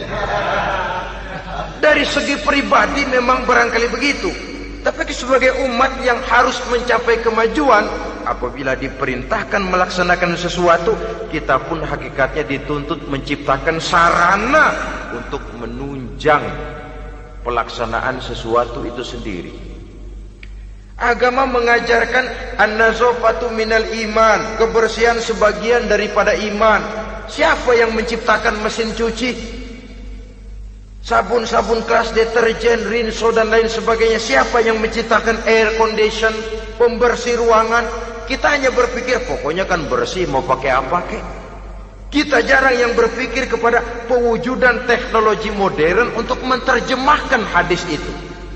Dari segi pribadi memang barangkali begitu, tapi sebagai umat yang harus mencapai kemajuan, apabila diperintahkan melaksanakan sesuatu, kita pun hakikatnya dituntut menciptakan sarana untuk menunjang pelaksanaan sesuatu itu sendiri. Agama mengajarkan an-nazafatu minal iman, kebersihan sebagian daripada iman. Siapa yang menciptakan mesin cuci? Sabun-sabun kelas, deterjen, rinso dan lain sebagainya. Siapa yang menciptakan air condition, pembersih ruangan? Kita hanya berpikir pokoknya kan bersih, mau pakai apa kek. Kita jarang yang berpikir kepada pewujudan teknologi modern untuk menerjemahkan hadis itu.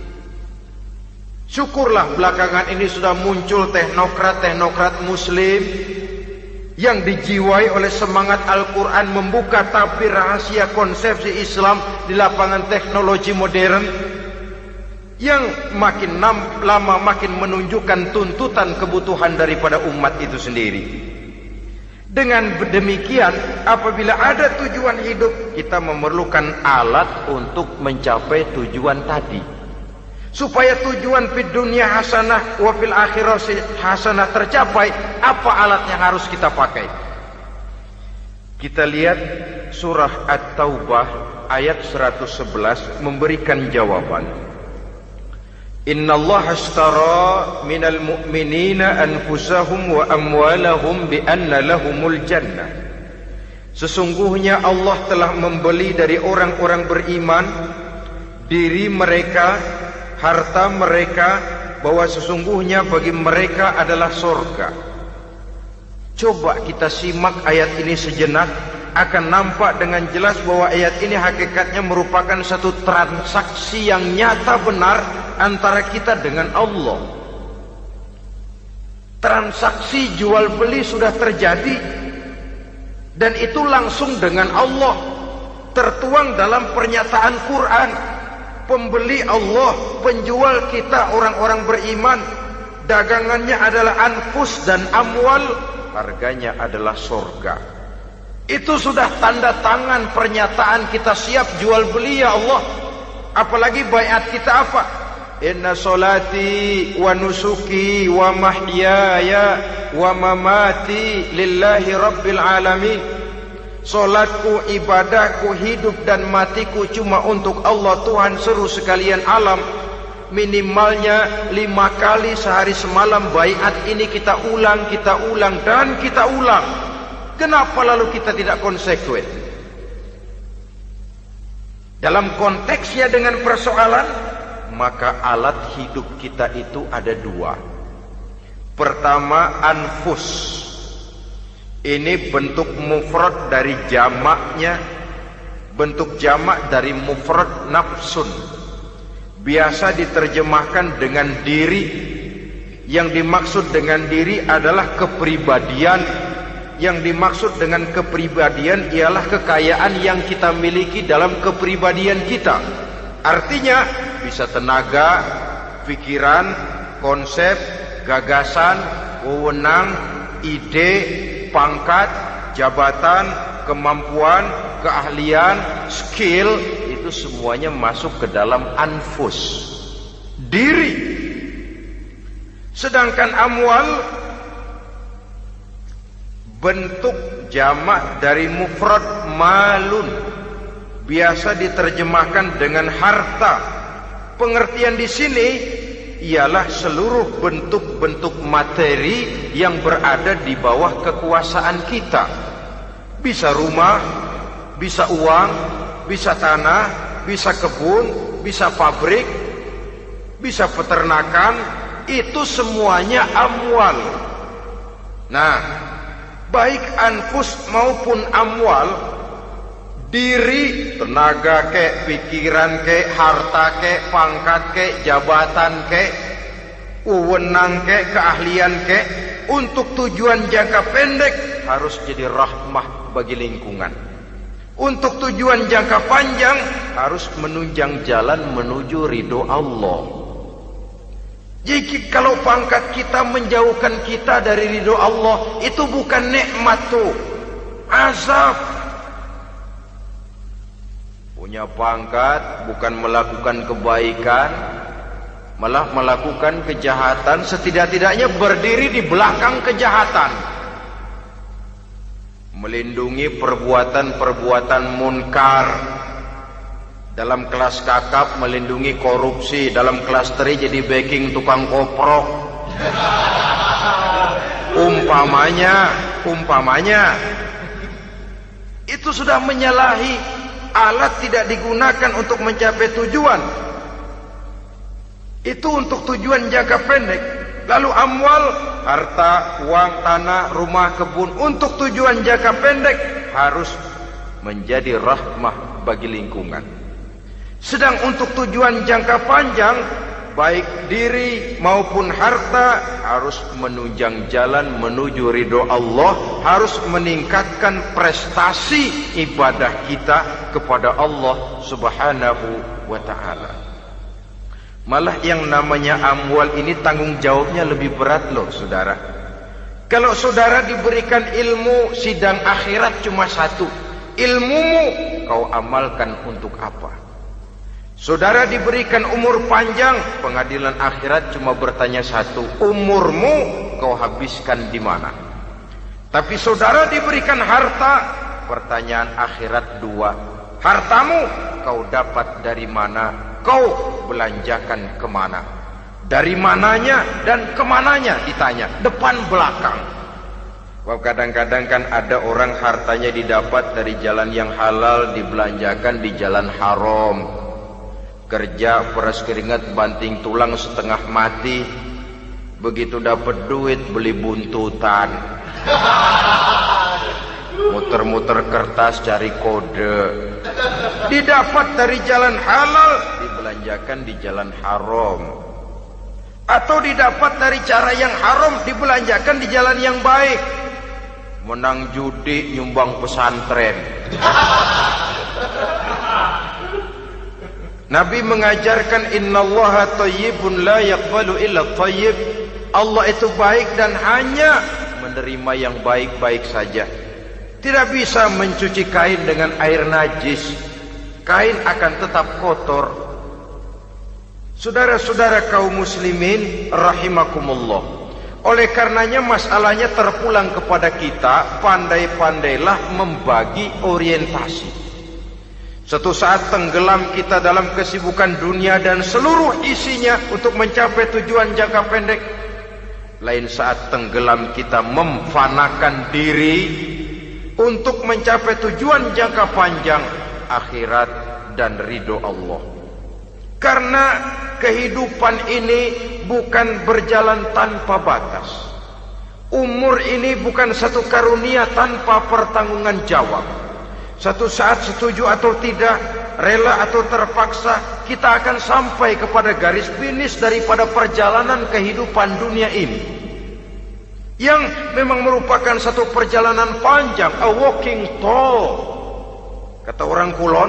Syukurlah belakangan ini sudah muncul teknokrat-teknokrat muslim yang dijiwai oleh semangat Al-Quran membuka tabir rahasia konsepsi Islam di lapangan teknologi modern yang makin lama makin menunjukkan tuntutan kebutuhan daripada umat itu sendiri. Dengan demikian, apabila ada tujuan hidup, kita memerlukan alat untuk mencapai tujuan tadi. Supaya tujuan fid dunya hasanah wa fil akhirati hasanah tercapai, apa alat yang harus kita pakai? Kita lihat surah At-Taubah ayat 111 memberikan jawaban. Innallaha ashtara minal mu'minina anfusahum wa amwalahum bi anna lahumul jannah. Sesungguhnya Allah telah membeli dari orang-orang beriman diri mereka, harta mereka, bahwa sesungguhnya bagi mereka adalah surga. Coba kita simak ayat ini sejenak, akan nampak dengan jelas bahwa ayat ini hakikatnya merupakan satu transaksi yang nyata benar antara kita dengan Allah. Transaksi jual beli sudah terjadi, dan itu langsung dengan Allah, tertuang dalam pernyataan Quran. Pembeli Allah, penjual kita orang-orang beriman, dagangannya adalah anfus dan amwal, harganya adalah surga. Itu sudah tanda tangan pernyataan kita siap jual beli ya Allah. Apalagi baiat kita apa? Inna solati wa nusuki wa mahyaya wa mamati lillahi rabbil alamin. Solatku, ibadahku, hidup dan matiku cuma untuk Allah Tuhan seluruh sekalian alam. Minimalnya 5 kali sehari semalam baiat ini kita ulang dan kita ulang. Kenapa lalu kita tidak konsekuen? Dalam konteksnya dengan persoalan, maka alat hidup kita itu ada 2. Pertama, anfus. Ini bentuk mufrad dari jamaknya, bentuk jamak dari mufrad nafsun. Biasa diterjemahkan dengan diri. Yang dimaksud dengan diri adalah kepribadian. Yang dimaksud dengan kepribadian ialah kekayaan yang kita miliki dalam kepribadian kita. Artinya bisa tenaga, pikiran, konsep, gagasan, wewenang, ide, pangkat, jabatan, kemampuan, keahlian, skill, itu semuanya masuk ke dalam anfus, diri. Sedangkan amwal bentuk jamak dari mufrad malun, biasa diterjemahkan dengan harta. Pengertian di sini ialah seluruh bentuk-bentuk materi yang berada di bawah kekuasaan kita. Bisa rumah, bisa uang, bisa tanah, bisa kebun, bisa pabrik, bisa peternakan, itu semuanya amwal. Nah, baik anfus maupun amwal, diri, tenaga kek, pikiran kek, harta kek, pangkat kek, jabatan kek, wewenang kek, keahlian kek, untuk tujuan jangka pendek harus jadi rahmah bagi lingkungan. Untuk tujuan jangka panjang harus menunjang jalan menuju ridho Allah. Jadi kalau pangkat kita menjauhkan kita dari ridho Allah, itu bukan nikmat tuh, azab. Punya pangkat bukan melakukan kebaikan, malah melakukan kejahatan, setidak-tidaknya berdiri di belakang kejahatan, melindungi perbuatan-perbuatan munkar. Dalam kelas kakap melindungi korupsi, dalam kelas teri jadi backing tukang koprok. Umpamanya itu sudah menyalahi alat tidak digunakan untuk mencapai tujuan. Itu untuk tujuan jangka pendek. Lalu amwal, harta, uang, tanah, rumah, kebun, untuk tujuan jangka pendek harus menjadi rahmah bagi lingkungan. Sedang untuk tujuan jangka panjang, baik diri maupun harta harus menunjang jalan menuju ridho Allah, harus meningkatkan prestasi ibadah kita kepada Allah Subhanahu wa ta'ala. Malah yang namanya amwal ini tanggung jawabnya lebih berat loh saudara. Kalau saudara diberikan ilmu, sidang akhirat cuma satu. Ilmumu kau amalkan untuk apa? Saudara diberikan umur panjang, pengadilan akhirat cuma bertanya satu, umurmu kau habiskan di mana? Tapi saudara diberikan harta, pertanyaan akhirat dua, hartamu kau dapat dari mana? Kau belanjakan kemana? Dari mananya dan kemananya ditanya, depan belakang. Kadang-kadang kan ada orang hartanya didapat dari jalan yang halal, dibelanjakan di jalan haram. Kerja peras keringat banting tulang setengah mati, begitu dapat duit beli buntutan, muter-muter kertas cari kode. Didapat dari jalan halal, dibelanjakan di jalan haram. Atau didapat dari cara yang haram, dibelanjakan di jalan yang baik. Menang judi, nyumbang pesantren. Nabi mengajarkan innallaha thayyibun la yaqbalu illa thayyib. Allah itu baik dan hanya menerima yang baik-baik saja. Tidak bisa mencuci kain dengan air najis. Kain akan tetap kotor. Saudara-saudara kaum muslimin rahimakumullah. Oleh karenanya masalahnya terpulang kepada kita, pandai-pandailah membagi orientasi. Suatu saat tenggelam kita dalam kesibukan dunia dan seluruh isinya untuk mencapai tujuan jangka pendek. Lain saat tenggelam kita memfanakan diri untuk mencapai tujuan jangka panjang, akhirat dan ridho Allah. Karena kehidupan ini bukan berjalan tanpa batas. Umur ini bukan satu karunia tanpa pertanggungan jawab. Satu saat setuju atau tidak, rela atau terpaksa, kita akan sampai kepada garis finish daripada perjalanan kehidupan dunia ini, yang memang merupakan satu perjalanan panjang, a walking tall. Kata orang Kulon,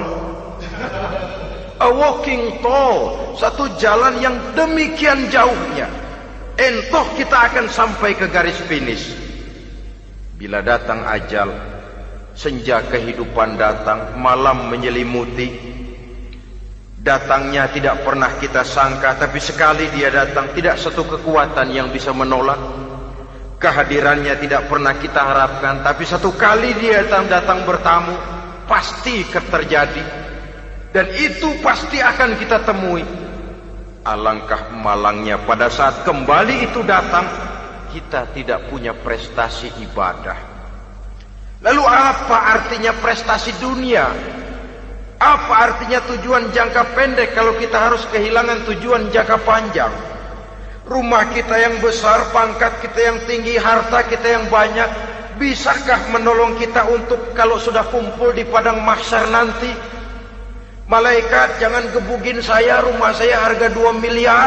a walking tall, satu jalan yang demikian jauhnya. Entoh kita akan sampai ke garis finish. Bila datang ajal, senja kehidupan datang, malam menyelimuti. Datangnya tidak pernah kita sangka, tapi sekali dia datang, tidak satu kekuatan yang bisa menolak. Kehadirannya tidak pernah kita harapkan, tapi satu kali dia datang bertamu, pasti terjadi. Dan itu pasti akan kita temui. Alangkah malangnya pada saat kembali itu datang, kita tidak punya prestasi ibadah. Lalu apa artinya prestasi dunia? Apa artinya tujuan jangka pendek kalau kita harus kehilangan tujuan jangka panjang? Rumah kita yang besar, pangkat kita yang tinggi, harta kita yang banyak, bisakah menolong kita untuk kalau sudah kumpul di padang mahsyar nanti? Malaikat, jangan gebugin saya, rumah saya harga 2 miliar.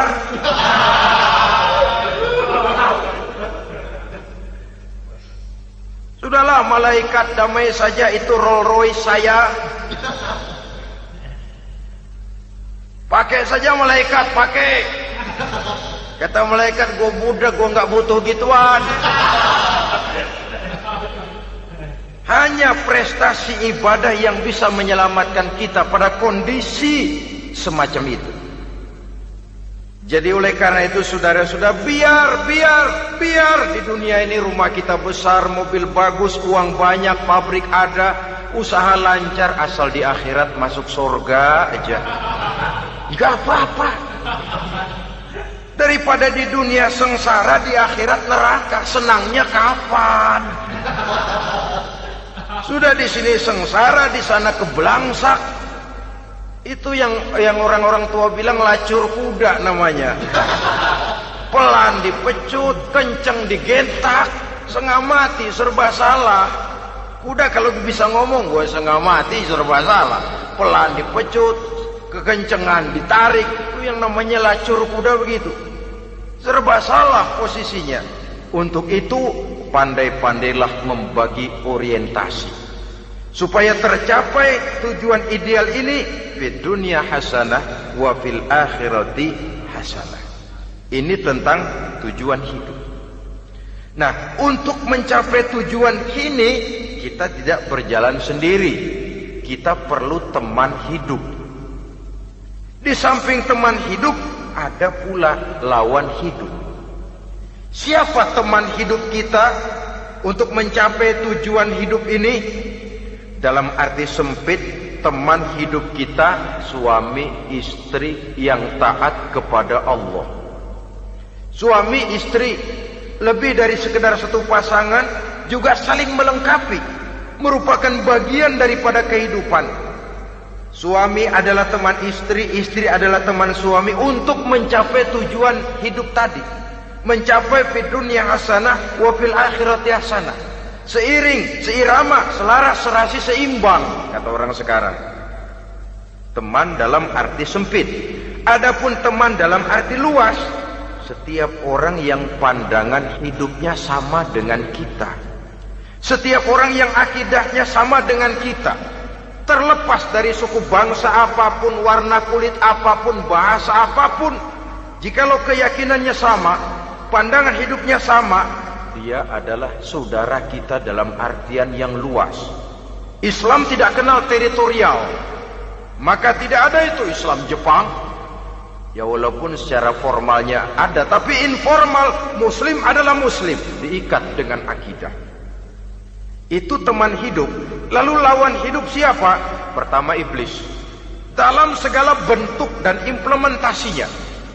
Sudahlah malaikat, damai saja, itu Rolls Royce saya. Pakai saja malaikat, pakai. Kata malaikat, gue budak, gue nggak butuh gituan. Hanya prestasi ibadah yang bisa menyelamatkan kita pada kondisi semacam itu. Jadi oleh karena itu saudara-saudara, biar di dunia ini rumah kita besar, mobil bagus, uang banyak, pabrik ada, usaha lancar, asal di akhirat masuk surga aja. Gak apa-apa. Daripada di dunia sengsara, di akhirat neraka, senangnya kapan? Sudah di sini sengsara, di sana kebelangsak. Itu yang orang-orang tua bilang lacur kuda namanya. Pelan dipecut, kenceng digentak, setengah mati, serba salah. Kuda kalau bisa ngomong, gue setengah mati, serba salah. Pelan dipecut, kekencengan ditarik, itu yang namanya lacur kuda begitu. Serba salah posisinya. Untuk itu pandai-pandailah membagi orientasi supaya tercapai tujuan ideal ini, fid dunya hasanah wa fil akhirati hasanah. Ini tentang tujuan hidup. Nah, untuk mencapai tujuan ini kita tidak berjalan sendiri. Kita perlu teman hidup. Di samping teman hidup ada pula lawan hidup. Siapa teman hidup kita untuk mencapai tujuan hidup ini? Dalam arti sempit, teman hidup kita suami istri yang taat kepada Allah. Suami istri lebih dari sekedar satu pasangan, juga saling melengkapi, merupakan bagian daripada kehidupan. Suami adalah teman istri, istri adalah teman suami untuk mencapai tujuan hidup tadi, mencapai fid dunya hasanah wa fil akhirati hasanah. Seiring, seirama, selaras, serasi, seimbang, kata orang sekarang. Teman dalam arti sempit. Adapun teman dalam arti luas, setiap orang yang pandangan hidupnya sama dengan kita, setiap orang yang akidahnya sama dengan kita, terlepas dari suku bangsa apapun, warna kulit apapun, bahasa apapun, jikalau keyakinannya sama, pandangan hidupnya sama, dia adalah saudara kita dalam artian yang luas. Islam tidak kenal teritorial, maka tidak ada itu Islam Jepang. Ya walaupun secara formalnya ada, tapi informal, muslim adalah muslim, diikat dengan akidah. Itu teman hidup. Lalu lawan hidup siapa? Pertama iblis, dalam segala bentuk dan implementasinya.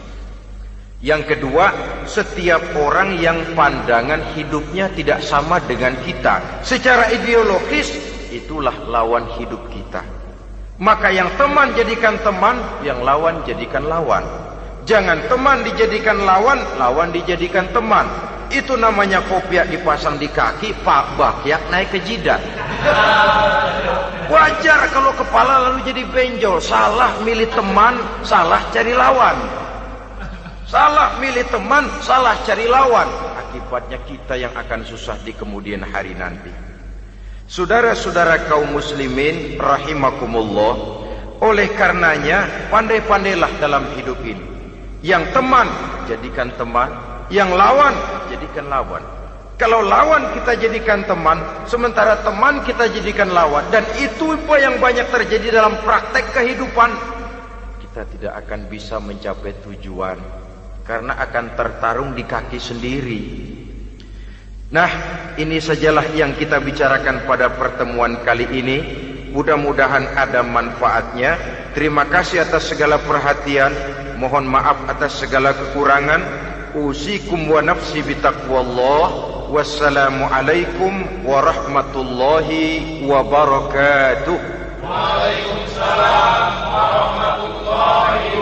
Yang kedua, setiap orang yang pandangan hidupnya tidak sama dengan kita secara ideologis, itulah lawan hidup kita. Maka yang teman jadikan teman, yang lawan jadikan lawan. Jangan teman dijadikan lawan, lawan dijadikan teman. Itu namanya kopiah dipasang di kaki, pak bakyak naik ke jidat. Wajar kalau kepala lalu jadi benjol. Salah milih teman, salah cari lawan. Salah milih teman, salah cari lawan. Akibatnya kita yang akan susah di kemudian hari nanti. Saudara-saudara kaum muslimin rahimakumullah, oleh karenanya pandai-pandailah dalam hidup ini. Yang teman jadikan teman, yang lawan jadikan lawan. Kalau lawan kita jadikan teman, sementara teman kita jadikan lawan, dan itu apa yang banyak terjadi dalam praktek kehidupan, kita tidak akan bisa mencapai tujuan karena akan tertarung di kaki sendiri. Nah, ini sajalah yang kita bicarakan pada pertemuan kali ini. Mudah-mudahan ada manfaatnya. Terima kasih atas segala perhatian. Mohon maaf atas segala kekurangan. Usikum wa nafsi bitaqwallah. Wassalamualaikum warahmatullahi wabarakatuh. Waalaikumsalam warahmatullahi